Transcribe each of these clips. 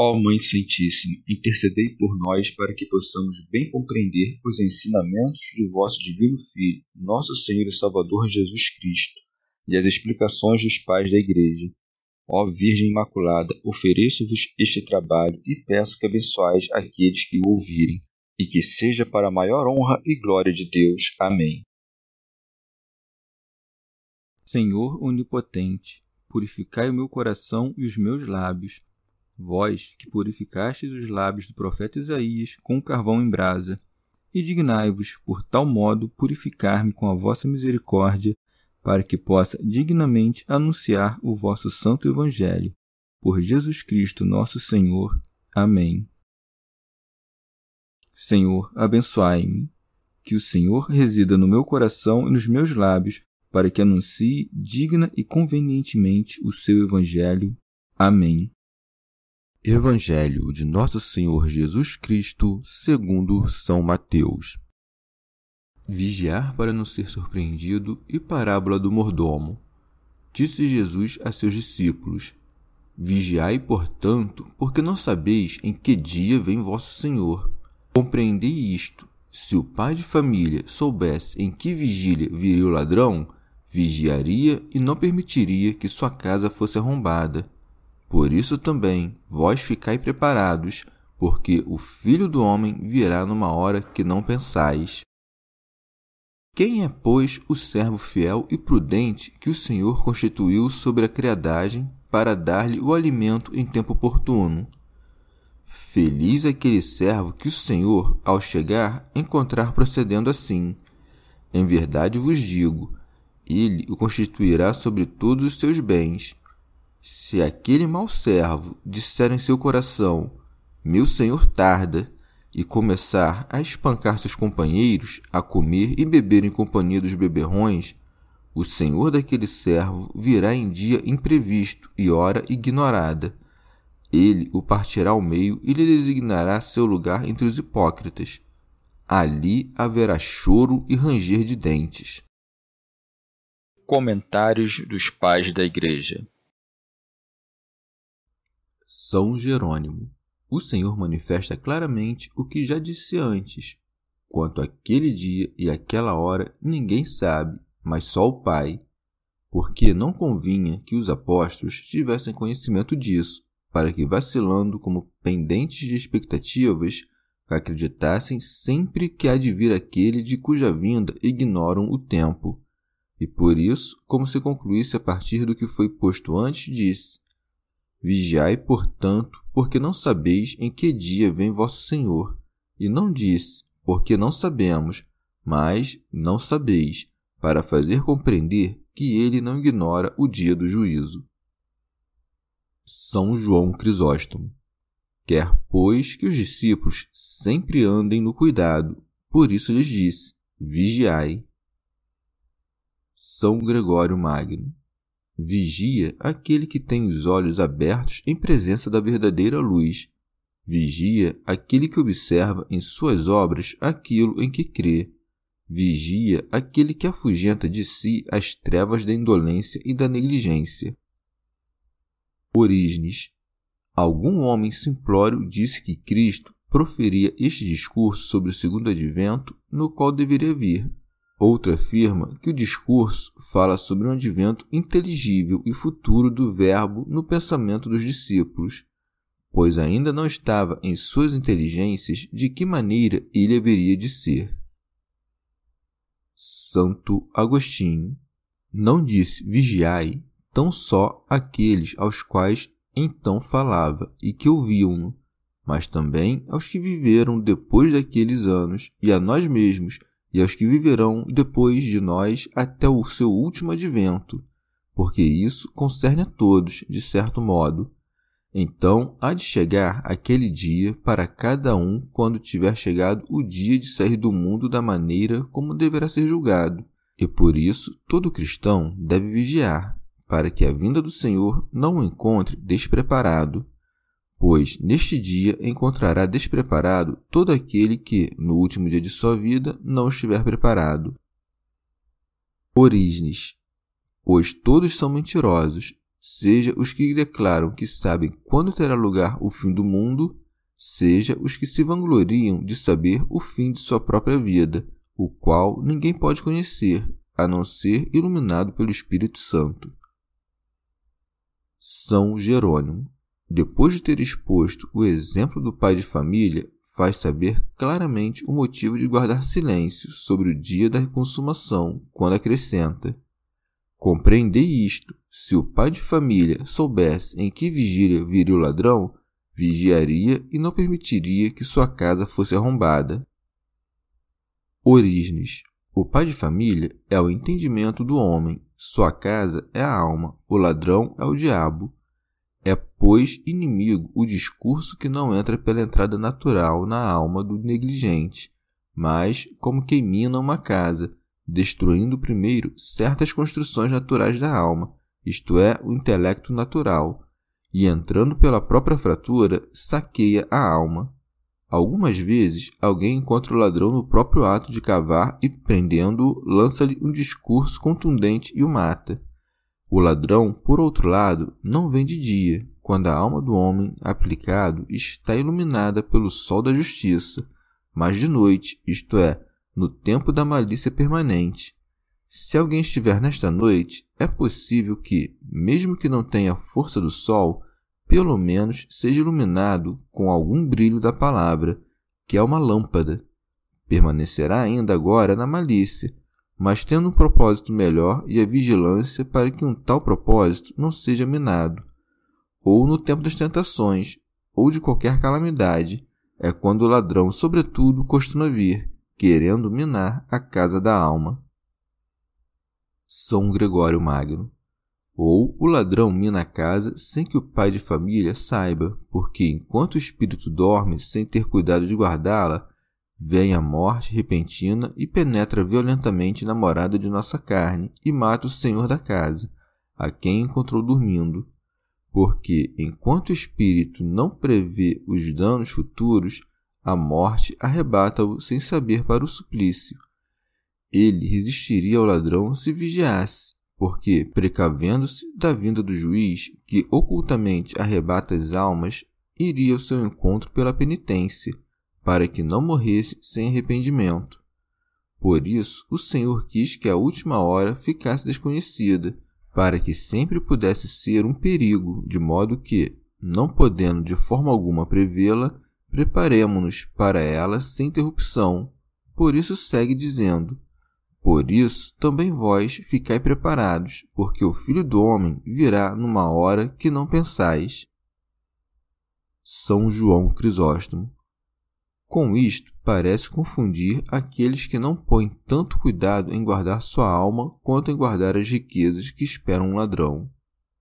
Ó Mãe Santíssima, intercedei por nós para que possamos bem compreender os ensinamentos de vosso Divino Filho, nosso Senhor e Salvador Jesus Cristo, e as explicações dos pais da Igreja. Ó Virgem Imaculada, ofereço-vos este trabalho e peço que abençoeis aqueles que o ouvirem, e que seja para a maior honra e glória de Deus. Amém. Senhor onipotente, purificai o meu coração e os meus lábios. Vós, que purificastes os lábios do profeta Isaías com carvão em brasa, e dignai-vos, por tal modo, purificar-me com a vossa misericórdia, para que possa dignamente anunciar o vosso santo Evangelho. Por Jesus Cristo nosso Senhor. Amém. Senhor, abençoai-me. Que o Senhor resida no meu coração e nos meus lábios, para que anuncie digna e convenientemente o seu Evangelho. Amém. Evangelho de Nosso Senhor Jesus Cristo, segundo São Mateus. Vigiar para não ser surpreendido e parábola do mordomo. Disse Jesus a seus discípulos: Vigiai, portanto, porque não sabeis em que dia vem vosso Senhor. Compreendei isto: se o pai de família soubesse em que vigília viria o ladrão, vigiaria e não permitiria que sua casa fosse arrombada. Por isso também, vós ficai preparados, porque o Filho do Homem virá numa hora que não pensais. Quem é, pois, o servo fiel e prudente que o Senhor constituiu sobre a criadagem para dar-lhe o alimento em tempo oportuno? Feliz aquele servo que o Senhor, ao chegar, encontrar procedendo assim. Em verdade vos digo, ele o constituirá sobre todos os seus bens. Se aquele mau servo disser em seu coração, meu senhor tarda, e começar a espancar seus companheiros, a comer e beber em companhia dos beberrões, o senhor daquele servo virá em dia imprevisto e hora ignorada. Ele o partirá ao meio e lhe designará seu lugar entre os hipócritas. Ali haverá choro e ranger de dentes. Comentários dos Pais da Igreja. São Jerônimo. O Senhor manifesta claramente o que já disse antes. Quanto àquele dia e àquela hora, ninguém sabe, mas só o Pai. Porque não convinha que os apóstolos tivessem conhecimento disso, para que, vacilando como pendentes de expectativas, acreditassem sempre que há de vir aquele de cuja vinda ignoram o tempo. E por isso, como se concluísse a partir do que foi posto antes, disse: Vigiai, portanto, porque não sabeis em que dia vem vosso Senhor. E não disse, porque não sabemos, mas não sabeis, para fazer compreender que ele não ignora o dia do juízo. São João Crisóstomo. Quer, pois, que os discípulos sempre andem no cuidado, por isso lhes disse: vigiai. São Gregório Magno. Vigia aquele que tem os olhos abertos em presença da verdadeira luz. Vigia aquele que observa em suas obras aquilo em que crê. Vigia aquele que afugenta de si as trevas da indolência e da negligência. Orígenes. Algum homem simplório disse que Cristo proferia este discurso sobre o segundo advento, no qual deveria vir. Outro afirma que o discurso fala sobre um advento inteligível e futuro do Verbo no pensamento dos discípulos, pois ainda não estava em suas inteligências de que maneira ele haveria de ser. Santo Agostinho. Não disse vigiai tão só aqueles aos quais então falava e que ouviam-no, mas também aos que viveram depois daqueles anos e a nós mesmos, e aos que viverão depois de nós até o seu último advento, porque isso concerne a todos, de certo modo. Então há de chegar aquele dia para cada um quando tiver chegado o dia de sair do mundo da maneira como deverá ser julgado, e por isso todo cristão deve vigiar, para que a vinda do Senhor não o encontre despreparado. Pois neste dia encontrará despreparado todo aquele que, no último dia de sua vida, não estiver preparado. Orígenes. Pois todos são mentirosos, seja os que declaram que sabem quando terá lugar o fim do mundo, seja os que se vangloriam de saber o fim de sua própria vida, o qual ninguém pode conhecer, a não ser iluminado pelo Espírito Santo. São Jerônimo, depois de ter exposto o exemplo do pai de família, faz saber claramente o motivo de guardar silêncio sobre o dia da consumação, quando acrescenta: compreendei isto, se o pai de família soubesse em que vigília viria o ladrão, vigiaria e não permitiria que sua casa fosse arrombada. Orígenes. O pai de família é o entendimento do homem, sua casa é a alma, o ladrão é o diabo. É, pois, inimigo o discurso que não entra pela entrada natural na alma do negligente, mas como quem mina uma casa, destruindo primeiro certas construções naturais da alma, isto é, o intelecto natural, e entrando pela própria fratura, saqueia a alma. Algumas vezes, alguém encontra o ladrão no próprio ato de cavar e, prendendo-o, lança-lhe um discurso contundente e o mata. O ladrão, por outro lado, não vem de dia, quando a alma do homem aplicado está iluminada pelo sol da justiça, mas de noite, isto é, no tempo da malícia permanente. Se alguém estiver nesta noite, é possível que, mesmo que não tenha força do sol, pelo menos seja iluminado com algum brilho da palavra, que é uma lâmpada. Permanecerá ainda agora na malícia, mas tendo um propósito melhor e a vigilância para que um tal propósito não seja minado. Ou no tempo das tentações, ou de qualquer calamidade, é quando o ladrão, sobretudo, costuma vir, querendo minar a casa da alma. São Gregório Magno. Ou o ladrão mina a casa sem que o pai de família saiba, porque enquanto o espírito dorme sem ter cuidado de guardá-la, vem a morte repentina e penetra violentamente na morada de nossa carne e mata o senhor da casa, a quem encontrou dormindo. Porque, enquanto o espírito não prevê os danos futuros, a morte arrebata-o sem saber para o suplício. Ele resistiria ao ladrão se vigiasse, porque, precavendo-se da vinda do juiz, que ocultamente arrebata as almas, iria ao seu encontro pela penitência, para que não morresse sem arrependimento. Por isso, o Senhor quis que a última hora ficasse desconhecida, para que sempre pudesse ser um perigo, de modo que, não podendo de forma alguma prevê-la, preparemo-nos para ela sem interrupção. Por isso segue dizendo: por isso também vós ficai preparados, porque o Filho do Homem virá numa hora que não pensais. São João Crisóstomo. Com isto, parece confundir aqueles que não põem tanto cuidado em guardar sua alma quanto em guardar as riquezas que esperam um ladrão.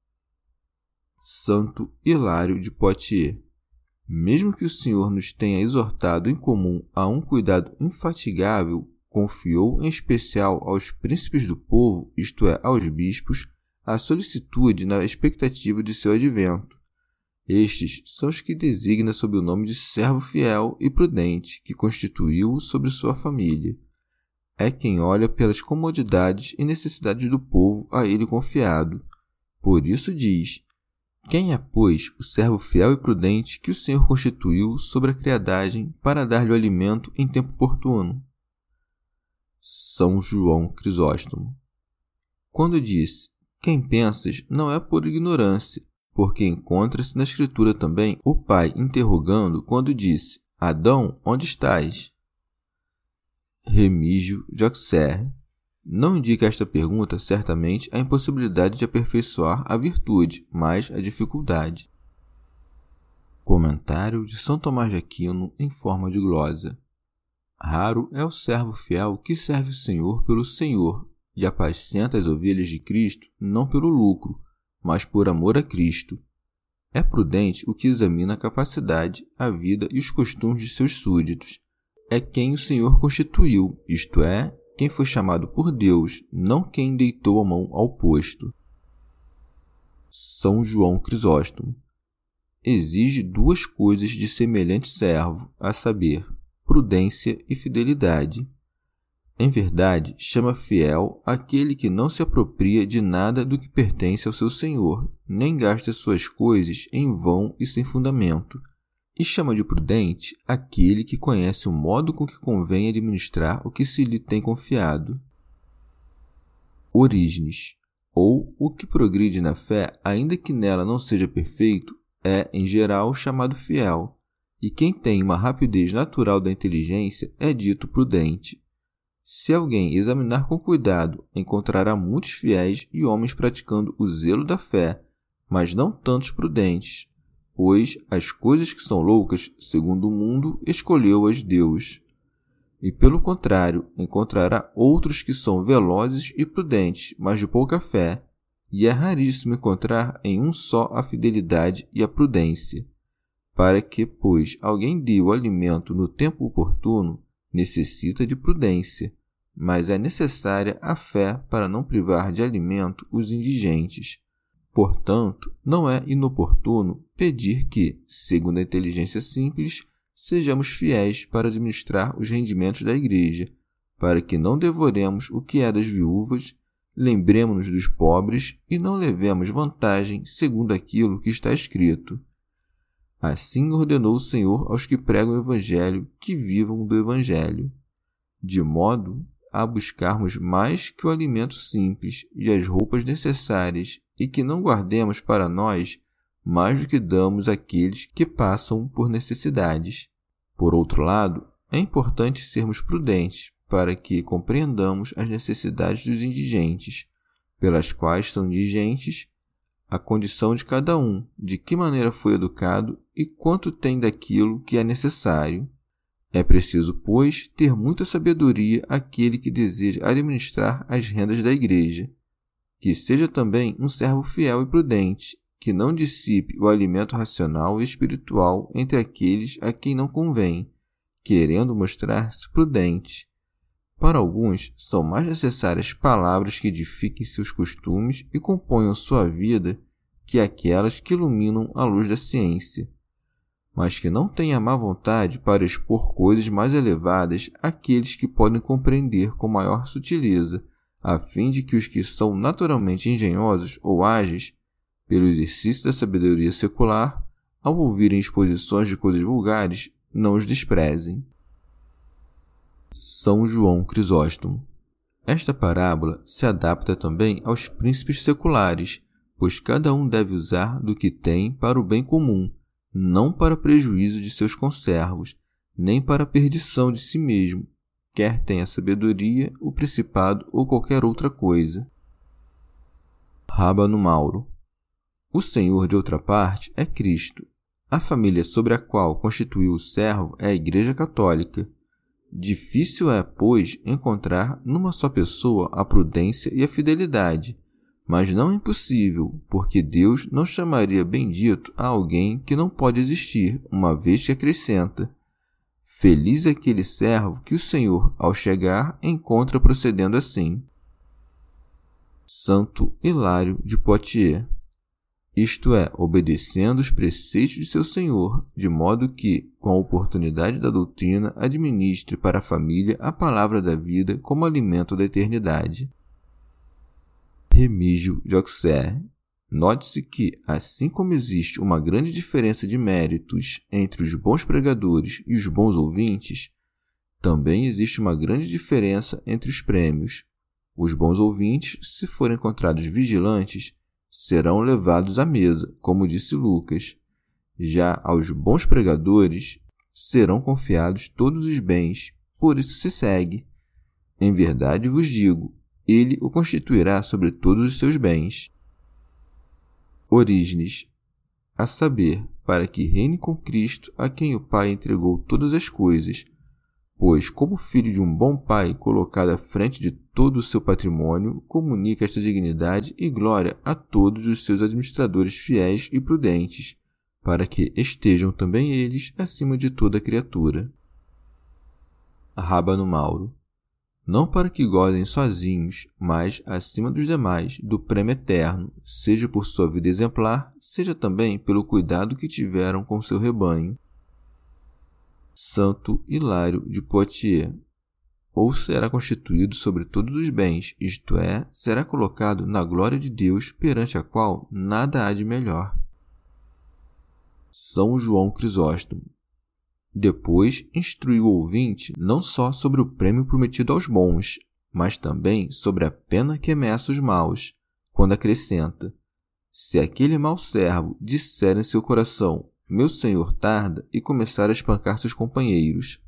Santo Hilário de Poitiers. Mesmo que o Senhor nos tenha exortado em comum a um cuidado infatigável, confiou em especial aos príncipes do povo, isto é, aos bispos, a solicitude na expectativa de seu advento. Estes são os que designa sob o nome de servo fiel e prudente, que constituiu-o sobre sua família. É quem olha pelas comodidades e necessidades do povo a ele confiado. Por isso diz: quem é, pois, o servo fiel e prudente que o Senhor constituiu sobre a criadagem para dar-lhe o alimento em tempo oportuno? São João Crisóstomo. Quando disse: quem pensas, não é por ignorância, porque encontra-se na Escritura também o pai interrogando quando disse: Adão, onde estás? Remígio de Auxerre. Não indica esta pergunta certamente a impossibilidade de aperfeiçoar a virtude, mas a dificuldade. Comentário de São Tomás de Aquino em forma de glosa. Raro é o servo fiel que serve o Senhor pelo Senhor e apacenta as ovelhas de Cristo não pelo lucro, mas por amor a Cristo. É prudente o que examina a capacidade, a vida e os costumes de seus súditos. É quem o Senhor constituiu, isto é, quem foi chamado por Deus, não quem deitou a mão ao posto. São João Crisóstomo. Exige duas coisas de semelhante servo, a saber, prudência e fidelidade. Em verdade, chama fiel aquele que não se apropria de nada do que pertence ao seu senhor, nem gasta suas coisas em vão e sem fundamento. E chama de prudente aquele que conhece o modo com que convém administrar o que se lhe tem confiado. Orígenes, ou o que progride na fé, ainda que nela não seja perfeito, é, em geral, chamado fiel, e quem tem uma rapidez natural da inteligência é dito prudente. Se alguém examinar com cuidado, encontrará muitos fiéis e homens praticando o zelo da fé, mas não tantos prudentes, pois as coisas que são loucas, segundo o mundo, escolheu-as Deus. E, pelo contrário, encontrará outros que são velozes e prudentes, mas de pouca fé, e é raríssimo encontrar em um só a fidelidade e a prudência. Para que, pois, alguém dê o alimento no tempo oportuno, necessita de prudência, mas é necessária a fé para não privar de alimento os indigentes. Portanto, não é inoportuno pedir que, segundo a inteligência simples, sejamos fiéis para administrar os rendimentos da igreja, para que não devoremos o que é das viúvas, lembremo-nos dos pobres e não levemos vantagem segundo aquilo que está escrito. Assim ordenou o Senhor aos que pregam o Evangelho que vivam do Evangelho, de modo a buscarmos mais que o alimento simples e as roupas necessárias, e que não guardemos para nós mais do que damos àqueles que passam por necessidades. Por outro lado, é importante sermos prudentes para que compreendamos as necessidades dos indigentes, pelas quais são indigentes, a condição de cada um, de que maneira foi educado e quanto tem daquilo que é necessário. É preciso, pois, ter muita sabedoria aquele que deseja administrar as rendas da igreja, que seja também um servo fiel e prudente, que não dissipe o alimento racional e espiritual entre aqueles a quem não convém, querendo mostrar-se prudente. Para alguns, são mais necessárias palavras que edifiquem seus costumes e componham sua vida que aquelas que iluminam a luz da ciência, mas que não tenha má vontade para expor coisas mais elevadas àqueles que podem compreender com maior sutileza, a fim de que os que são naturalmente engenhosos ou ágeis, pelo exercício da sabedoria secular, ao ouvirem exposições de coisas vulgares, não os desprezem. São João Crisóstomo. Esta parábola se adapta também aos príncipes seculares, pois cada um deve usar do que tem para o bem comum, não para prejuízo de seus conservos, nem para a perdição de si mesmo, quer tenha sabedoria, o principado ou qualquer outra coisa. Rábano Mauro. O Senhor, de outra parte, é Cristo. A família sobre a qual constituiu o servo é a Igreja Católica. Difícil é, pois, encontrar numa só pessoa a prudência e a fidelidade, mas não é impossível, porque Deus não chamaria bendito a alguém que não pode existir, uma vez que acrescenta: feliz é aquele servo que o Senhor, ao chegar, encontra procedendo assim. Santo Hilário de Poitiers. Isto é, obedecendo os preceitos de seu Senhor, de modo que, com a oportunidade da doutrina, administre para a família a palavra da vida como alimento da eternidade. Remígio de Auxerre. Note-se que, assim como existe uma grande diferença de méritos entre os bons pregadores e os bons ouvintes, também existe uma grande diferença entre os prêmios. Os bons ouvintes, se forem encontrados vigilantes, serão levados à mesa, como disse Lucas. Já aos bons pregadores serão confiados todos os bens, por isso se segue. Em verdade vos digo, ele o constituirá sobre todos os seus bens. Orígenes. A saber, para que reine com Cristo, a quem o Pai entregou todas as coisas, pois, como filho de um bom pai colocado à frente de todo o seu patrimônio, comunica esta dignidade e glória a todos os seus administradores fiéis e prudentes, para que estejam também eles acima de toda criatura. Rábano Mauro. Não para que gozem sozinhos, mas acima dos demais, do prêmio eterno, seja por sua vida exemplar, seja também pelo cuidado que tiveram com seu rebanho. Santo Hilário de Poitiers. ou será constituído sobre todos os bens, isto é, será colocado na glória de Deus, perante a qual nada há de melhor. São João Crisóstomo. Depois instrui o ouvinte não só sobre o prêmio prometido aos bons, mas também sobre a pena que ameaça os maus, quando acrescenta: se aquele mau servo disser em seu coração, meu senhor tarda, e começar a espancar seus companheiros.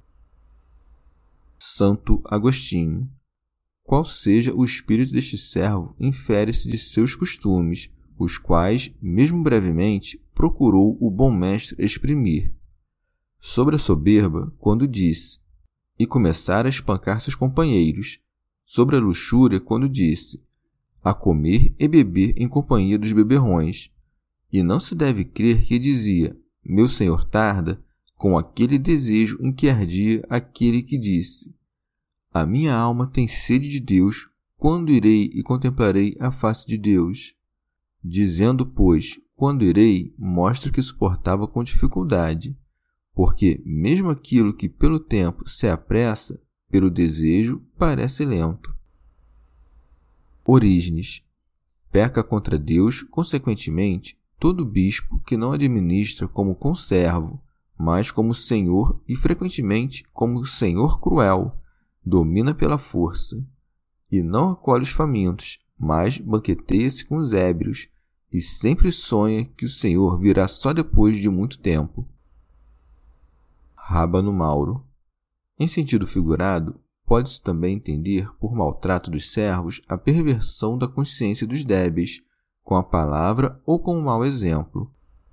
Santo Agostinho. Qual seja o espírito deste servo, infere-se de seus costumes, os quais, mesmo brevemente, procurou o bom mestre exprimir. Sobre a soberba, quando disse, e começar a espancar seus companheiros. Sobre a luxúria, quando disse, a comer e beber em companhia dos beberrões. E não se deve crer que dizia, meu senhor tarda, com aquele desejo em que ardia aquele que disse, a minha alma tem sede de Deus, quando irei e contemplarei a face de Deus? Dizendo, pois, quando irei, mostra que suportava com dificuldade, porque mesmo aquilo que pelo tempo se apressa, pelo desejo parece lento. Orígenes. Peca contra Deus, consequentemente, todo bispo que não administra como conservo, mas como senhor e frequentemente como senhor cruel, domina pela força, e não acolhe os famintos, mas banqueteia-se com os ébrios, e sempre sonha que o Senhor virá só depois de muito tempo. Rábano Mauro. Em sentido figurado, pode-se também entender por maltrato dos servos a perversão da consciência dos débeis, com a palavra ou com o mau exemplo.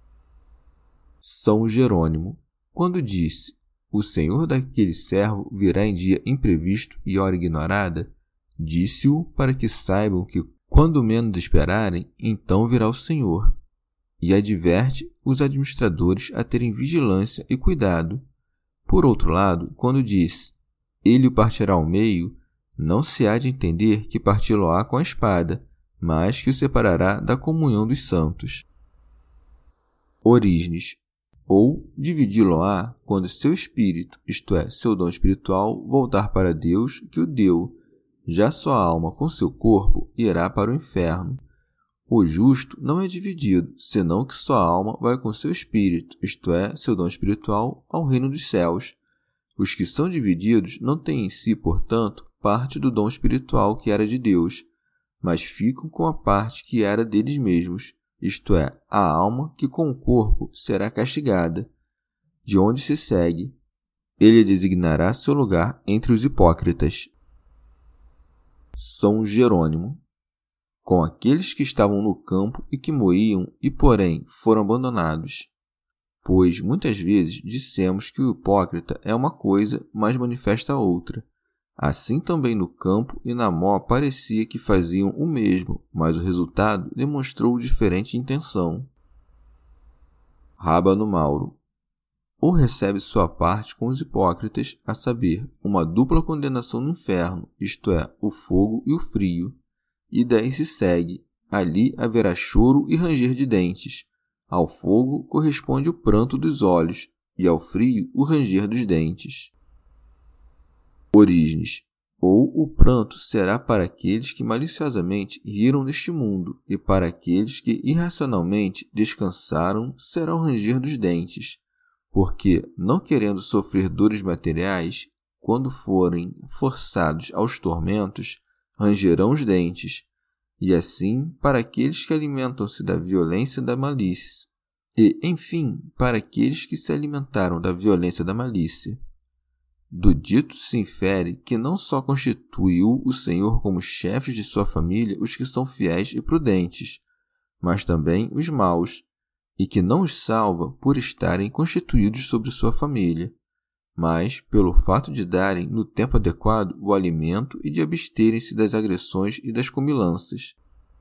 São Jerônimo, quando disse, o senhor daquele servo virá em dia imprevisto e hora ignorada, disse-o para que saibam que, quando menos esperarem, então virá o Senhor, e adverte os administradores a terem vigilância e cuidado. Por outro lado, quando diz, ele o partirá ao meio, não se há de entender que parti-lo-á com a espada, mas que o separará da comunhão dos santos. Orígenes. Ou dividi-lo-á quando seu espírito, isto é, seu dom espiritual, voltar para Deus que o deu. Já sua alma com seu corpo irá para o inferno. O justo não é dividido, senão que sua alma vai com seu espírito, isto é, seu dom espiritual, ao reino dos céus. Os que são divididos não têm em si, portanto, parte do dom espiritual que era de Deus, mas ficam com a parte que era deles mesmos, isto é, a alma que com o corpo será castigada. De onde se segue, ele designará seu lugar entre os hipócritas. São Jerônimo. Com aqueles que estavam no campo e que moíam e, porém, foram abandonados. Pois, muitas vezes, dissemos que o hipócrita é uma coisa, mas manifesta outra. Assim também no campo e na mó parecia que faziam o mesmo, mas o resultado demonstrou diferente intenção. Rábano Mauro. Ou recebe sua parte com os hipócritas, a saber, uma dupla condenação no inferno, isto é, o fogo e o frio, e daí se segue, ali haverá choro e ranger de dentes. Ao fogo corresponde o pranto dos olhos, e ao frio o ranger dos dentes. Orígenes. Ou o pranto será para aqueles que maliciosamente riram neste mundo, e para aqueles que irracionalmente descansaram será o ranger dos dentes, porque, não querendo sofrer dores materiais, quando forem forçados aos tormentos, rangerão os dentes, e assim para aqueles que alimentam-se da violência e da malícia, e, enfim, para aqueles que se alimentaram da violência e da malícia. Do dito se infere que não só constituiu o Senhor como chefes de sua família os que são fiéis e prudentes, mas também os maus, e que não os salva por estarem constituídos sobre sua família, mas pelo fato de darem no tempo adequado o alimento e de absterem-se das agressões e das comilanças.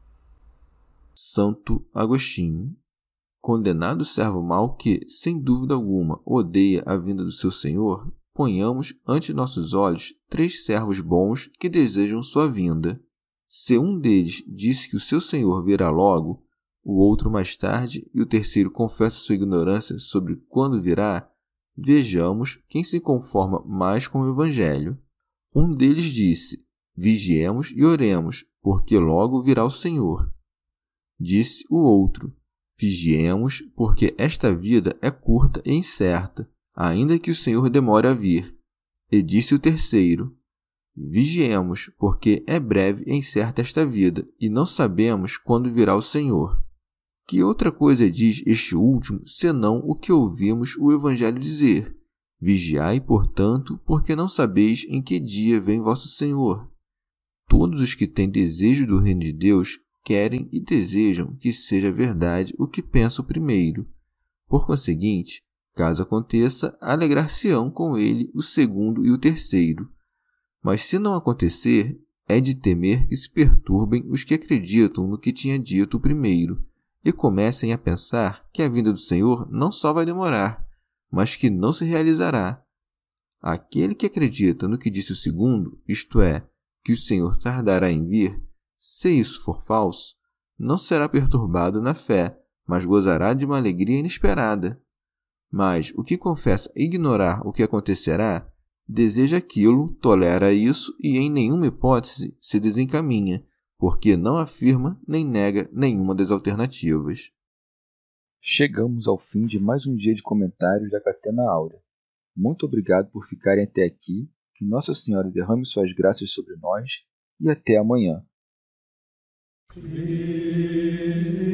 Santo Agostinho. Condenado o servo mau que, sem dúvida alguma, odeia a vinda do seu senhor, ponhamos ante nossos olhos 3 servos bons que desejam sua vinda. Se um deles disse que o seu senhor virá logo, o outro mais tarde e o terceiro confessa sua ignorância sobre quando virá, vejamos quem se conforma mais com o Evangelho. Um deles disse: Vigiemos e oremos, porque logo virá o Senhor. Disse o outro: Vigiemos, porque esta vida é curta e incerta, ainda que o Senhor demore a vir. E disse o terceiro: Vigiemos, porque é breve e incerta esta vida, e não sabemos quando virá o Senhor. Que outra coisa diz este último, senão o que ouvimos o Evangelho dizer? Vigiai, portanto, porque não sabeis em que dia vem vosso Senhor. Todos os que têm desejo do reino de Deus querem e desejam que seja verdade o que pensam primeiro. Por conseguinte, caso aconteça, alegrar-se-ão com ele o segundo e o terceiro. Mas se não acontecer, é de temer que se perturbem os que acreditam no que tinha dito o primeiro, e comecem a pensar que a vinda do Senhor não só vai demorar, mas que não se realizará. Aquele que acredita no que disse o segundo, isto é, que o Senhor tardará em vir, se isso for falso, não será perturbado na fé, mas gozará de uma alegria inesperada. Mas o que confessa ignorar o que acontecerá, deseja aquilo, tolera isso e em nenhuma hipótese se desencaminha, porque não afirma nem nega nenhuma das alternativas. Chegamos ao fim de mais um dia de comentários da Catena Áurea. Muito obrigado por ficarem até aqui, que Nossa Senhora derrame suas graças sobre nós e até amanhã.